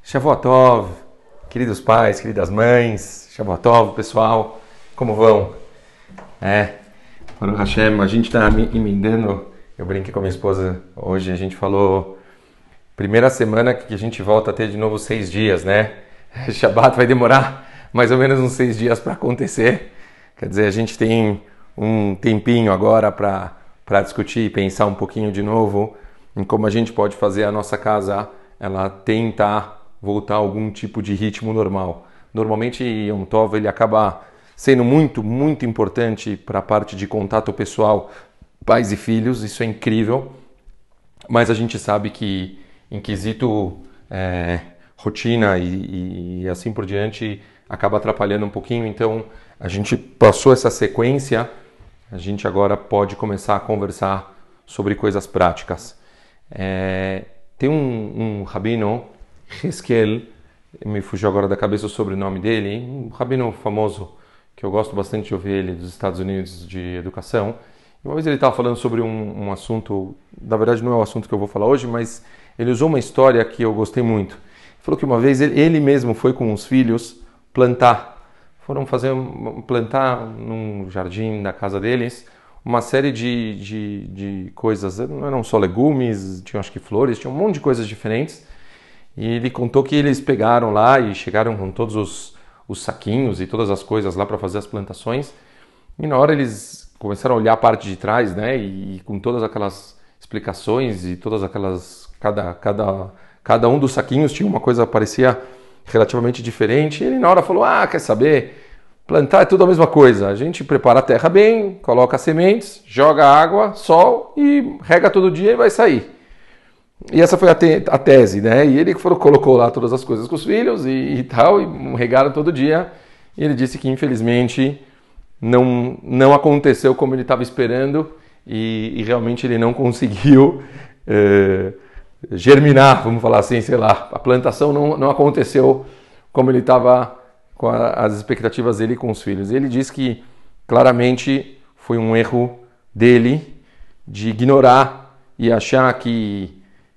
Shavua Tov, queridos pais, queridas mães, Shavua Tov, pessoal, como vão? Baruch Hashem, a gente está emendando, eu brinquei com a minha esposa hoje, a gente falou, primeira semana que a gente volta a ter de novo 6 dias, né? Shabbat vai demorar mais ou menos uns 6 dias para acontecer, quer dizer, a gente tem um tempinho agora para discutir e pensar um pouquinho de novo em como a gente pode fazer a nossa casa, ela tentar voltar a algum tipo de ritmo normal. Normalmente Yom Tov ele acaba sendo muito importante para a parte de contato pessoal, pais e filhos, isso é incrível, mas a gente sabe que em quesito rotina e assim por diante acaba atrapalhando um pouquinho, então a gente passou essa sequência, a gente agora pode começar a conversar sobre coisas práticas. Tem um rabino, Hezkel, me fugiu agora da cabeça o sobrenome dele, um rabino famoso que eu gosto bastante de ouvir ele, dos Estados Unidos, de educação. Uma vez ele estava falando sobre um assunto, na verdade não é o assunto que eu vou falar hoje, mas ele usou uma história que eu gostei muito. Ele falou que uma vez ele mesmo foi com os filhos plantar, foram plantar num jardim da casa deles uma série de coisas, não eram só legumes, tinham acho que flores, tinha um monte de coisas diferentes. E ele contou que eles pegaram lá e chegaram com todos os saquinhos e todas as coisas lá para fazer as plantações. E na hora eles começaram a olhar a parte de trás, né? E com todas aquelas explicações e todas aquelas... Cada um dos saquinhos tinha uma coisa que parecia relativamente diferente. E ele na hora falou, quer saber? Plantar é tudo a mesma coisa. A gente prepara a terra bem, coloca as sementes, joga água, sol e rega todo dia e vai sair. E essa foi a tese, né? E ele colocou lá todas as coisas com os filhos e tal, e regaram todo dia. E ele disse que, infelizmente, não aconteceu como ele estava esperando e realmente ele não conseguiu germinar, vamos falar assim, sei lá. A plantação não aconteceu como ele estava com as expectativas dele com os filhos. E ele disse que, claramente, foi um erro dele de ignorar e achar que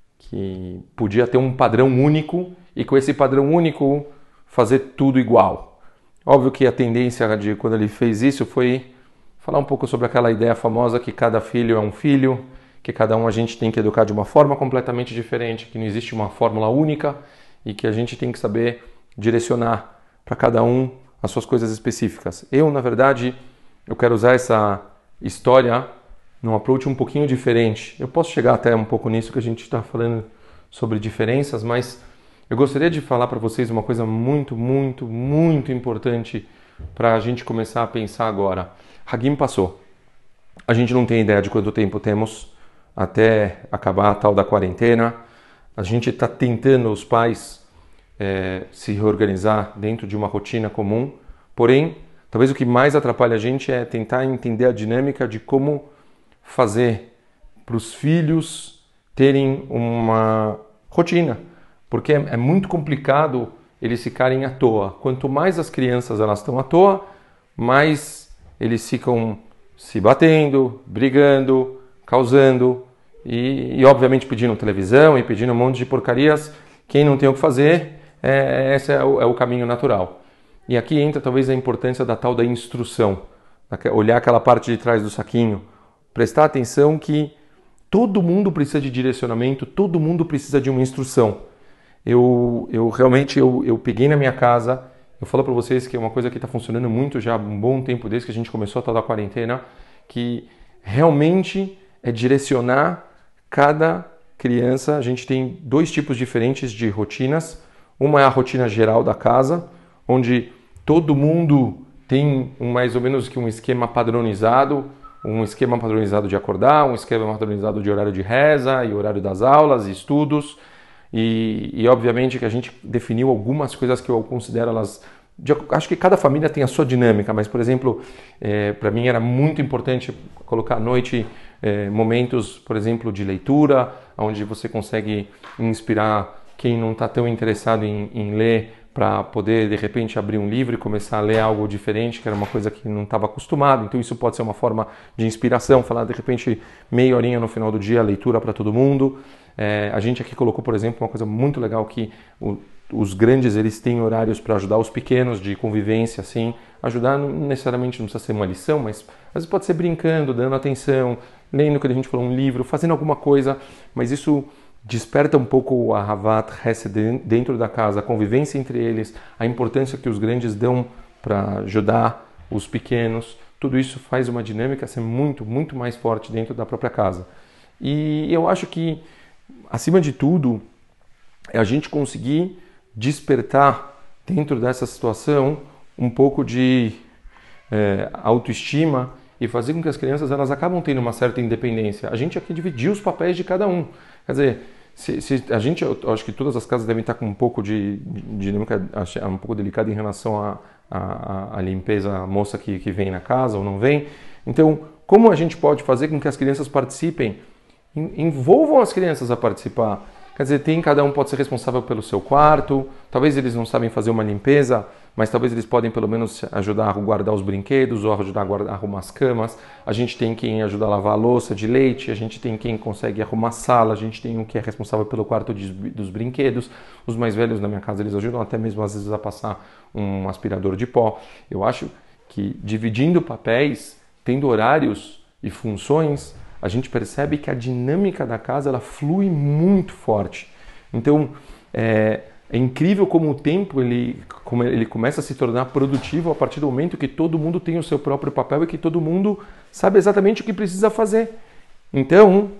podia ter um padrão único e com esse padrão único fazer tudo igual. Óbvio que a tendência de quando ele fez isso foi falar um pouco sobre aquela ideia famosa que cada filho é um filho, que cada um a gente tem que educar de uma forma completamente diferente, que não existe uma fórmula única e que a gente tem que saber direcionar para cada um as suas coisas específicas. Na verdade, eu quero usar essa história num approach um pouquinho diferente. Eu posso chegar até um pouco nisso que a gente está falando sobre diferenças, mas eu gostaria de falar para vocês uma coisa muito importante para a gente começar a pensar agora. Hagim passou. A gente não tem ideia de quanto tempo temos até acabar a tal da quarentena. A gente está tentando, os pais, se reorganizar dentro de uma rotina comum. Porém, talvez o que mais atrapalha a gente é tentar entender a dinâmica de como fazer para os filhos terem uma rotina, porque é muito complicado eles ficarem à toa. Quanto mais as crianças elas estão à toa, mais eles ficam se batendo, brigando, causando e obviamente pedindo televisão e pedindo um monte de porcarias. Quem não tem o que fazer, esse é o caminho natural. E aqui entra talvez a importância da tal da instrução, olhar aquela parte de trás do saquinho, prestar atenção que todo mundo precisa de direcionamento, todo mundo precisa de uma instrução. Eu realmente peguei na minha casa, eu falo para vocês que é uma coisa que está funcionando muito já há um bom tempo desde que a gente começou a tal da quarentena, que realmente é direcionar cada criança. A gente tem 2 tipos diferentes de rotinas. Uma é a rotina geral da casa, onde todo mundo tem mais ou menos que um esquema padronizado, de acordar, um esquema padronizado de horário de reza e horário das aulas e estudos. E obviamente que a gente definiu algumas coisas que eu considero elas... Acho que cada família tem a sua dinâmica, mas, por exemplo, para mim era muito importante colocar à noite momentos, por exemplo, de leitura, onde você consegue inspirar quem não está tão interessado em ler, para poder, de repente, abrir um livro e começar a ler algo diferente, que era uma coisa que não estava acostumado. Então isso pode ser uma forma de inspiração, falar, de repente, meia horinha no final do dia, leitura para todo mundo. A gente aqui colocou, por exemplo, uma coisa muito legal que os grandes eles têm horários para ajudar os pequenos de convivência, assim, ajudar não necessariamente não precisa ser uma lição, mas às vezes pode ser brincando, dando atenção, lendo o que a gente falou, um livro, fazendo alguma coisa, mas isso desperta um pouco a Havat Hesed dentro da casa, a convivência entre eles, a importância que os grandes dão para ajudar os pequenos. Tudo isso faz uma dinâmica ser muito, muito mais forte dentro da própria casa. E eu acho que, acima de tudo, é a gente conseguir despertar dentro dessa situação um pouco de autoestima e fazer com que as crianças elas acabam tendo uma certa independência. A gente aqui dividiu os papéis de cada um. Quer dizer, se a gente, eu acho que todas as casas devem estar com um pouco de dinâmica um pouco delicada em relação à limpeza, a moça que vem na casa ou não vem. Então, como a gente pode fazer com que as crianças participem, envolvam as crianças a participar? Quer dizer, cada um pode ser responsável pelo seu quarto, talvez eles não sabem fazer uma limpeza, mas talvez eles podem pelo menos ajudar a guardar os brinquedos ou ajudar a arrumar as camas. A gente tem quem ajuda a lavar a louça de leite, a gente tem quem consegue arrumar a sala, a gente tem um que é responsável pelo quarto dos brinquedos. Os mais velhos na minha casa, eles ajudam até mesmo às vezes a passar um aspirador de pó. Eu acho que dividindo papéis, tendo horários e funções, a gente percebe que a dinâmica da casa ela flui muito forte. Então, é incrível como o tempo ele começa a se tornar produtivo a partir do momento que todo mundo tem o seu próprio papel e que todo mundo sabe exatamente o que precisa fazer. Então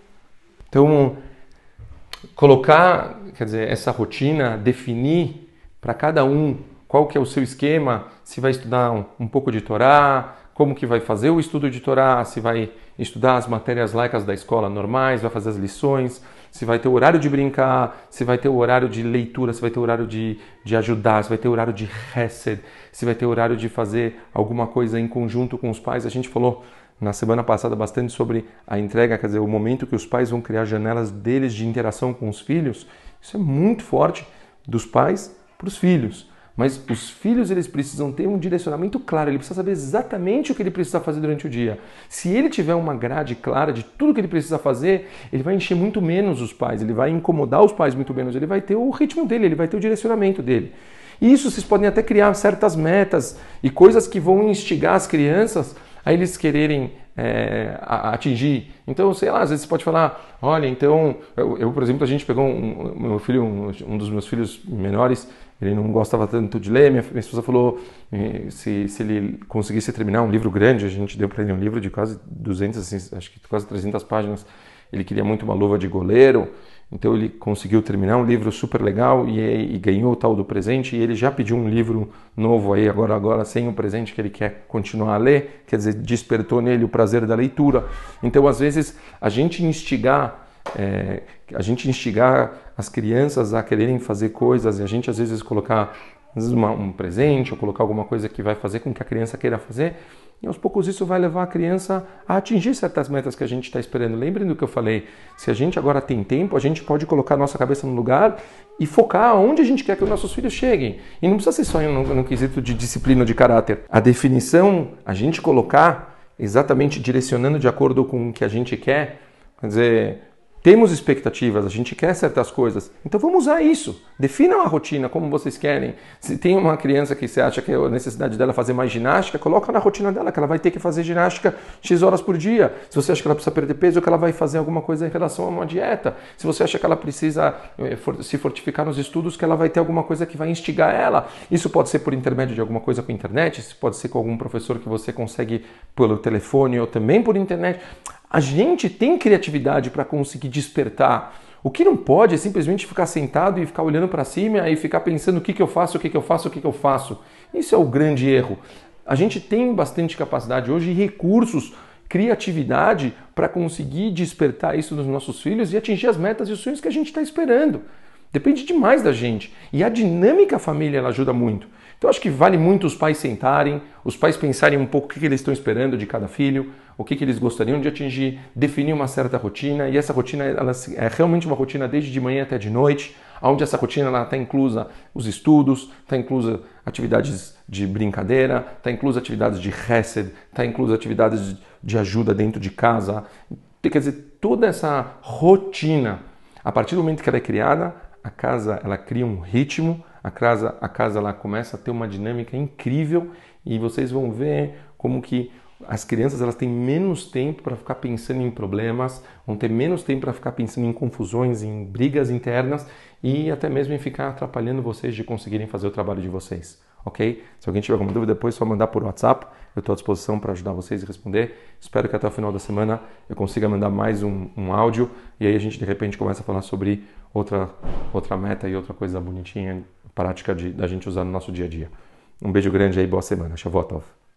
colocar, quer dizer, essa rotina, definir para cada um qual que é o seu esquema, se vai estudar um pouco de Torá, como que vai fazer o estudo de Torá, se vai estudar as matérias laicas da escola normais, vai fazer as lições, se vai ter o horário de brincar, se vai ter o horário de leitura, se vai ter o horário de ajudar, se vai ter o horário de Hesed, se vai ter o horário de fazer alguma coisa em conjunto com os pais. A gente falou na semana passada bastante sobre a entrega, quer dizer, o momento que os pais vão criar janelas deles de interação com os filhos. Isso é muito forte dos pais para os filhos. Mas os filhos eles precisam ter um direcionamento claro, ele precisa saber exatamente o que ele precisa fazer durante o dia. Se ele tiver uma grade clara de tudo que ele precisa fazer, ele vai encher muito menos os pais, ele vai incomodar os pais muito menos, ele vai ter o ritmo dele, ele vai ter o direcionamento dele. E isso vocês podem até criar certas metas e coisas que vão instigar as crianças a eles quererem atingir. Então, sei lá, às vezes você pode falar, olha, então, eu por exemplo, a gente pegou meu filho, um dos meus filhos menores, ele não gostava tanto de ler, minha esposa falou se ele conseguisse terminar um livro grande, a gente deu para ele um livro de quase 200, assim, acho que quase 300 páginas, ele queria muito uma luva de goleiro, então ele conseguiu terminar um livro super legal e ganhou o tal do presente, e ele já pediu um livro novo aí, agora sem o presente que ele quer continuar a ler, quer dizer, despertou nele o prazer da leitura. Então, às vezes, a gente instigar as crianças a quererem fazer coisas e a gente às vezes colocar um presente ou colocar alguma coisa que vai fazer com que a criança queira fazer, e aos poucos isso vai levar a criança a atingir certas metas que a gente está esperando. Lembrem do que eu falei, se a gente agora tem tempo, a gente pode colocar a nossa cabeça no lugar e focar onde a gente quer que os nossos filhos cheguem. E não precisa ser só no quesito de disciplina, de caráter. A definição, a gente colocar exatamente direcionando de acordo com o que a gente quer, quer dizer, temos expectativas, a gente quer certas coisas, então vamos usar isso. Definam a rotina como vocês querem. Se tem uma criança que você acha que é a necessidade dela fazer mais ginástica, coloca na rotina dela que ela vai ter que fazer ginástica X horas por dia. Se você acha que ela precisa perder peso, que ela vai fazer alguma coisa em relação a uma dieta. Se você acha que ela precisa se fortificar nos estudos, que ela vai ter alguma coisa que vai instigar ela. Isso pode ser por intermédio de alguma coisa com a internet, isso pode ser com algum professor que você consegue pelo telefone ou também por internet. A gente tem criatividade para conseguir despertar. O que não pode é simplesmente ficar sentado e ficar olhando para cima e ficar pensando o que eu faço, o que eu faço, o que eu faço. Isso é o grande erro. A gente tem bastante capacidade hoje e recursos, criatividade para conseguir despertar isso nos nossos filhos e atingir as metas e os sonhos que a gente está esperando. Depende demais da gente. E a dinâmica família ela ajuda muito. Então acho que vale muito os pais sentarem, os pais pensarem um pouco o que eles estão esperando de cada filho, o que eles gostariam de atingir, definir uma certa rotina, e essa rotina ela é realmente uma rotina desde de manhã até de noite, onde essa rotina está inclusa os estudos, está inclusa atividades de brincadeira, está inclusa atividades de Hesed, está inclusa atividades de ajuda dentro de casa. Quer dizer, toda essa rotina, a partir do momento que ela é criada, a casa ela cria um ritmo, a casa lá começa a ter uma dinâmica incrível e vocês vão ver como que as crianças elas têm menos tempo para ficar pensando em problemas, vão ter menos tempo para ficar pensando em confusões, em brigas internas e até mesmo em ficar atrapalhando vocês de conseguirem fazer o trabalho de vocês, ok? Se alguém tiver alguma dúvida depois, é só mandar por WhatsApp, eu estou à disposição para ajudar vocês a responder. Espero que até o final da semana eu consiga mandar mais um áudio e aí a gente de repente começa a falar sobre outra meta e outra coisa bonitinha, prática da gente usar no nosso dia a dia. Um beijo grande aí, boa semana. Shavuot Tov.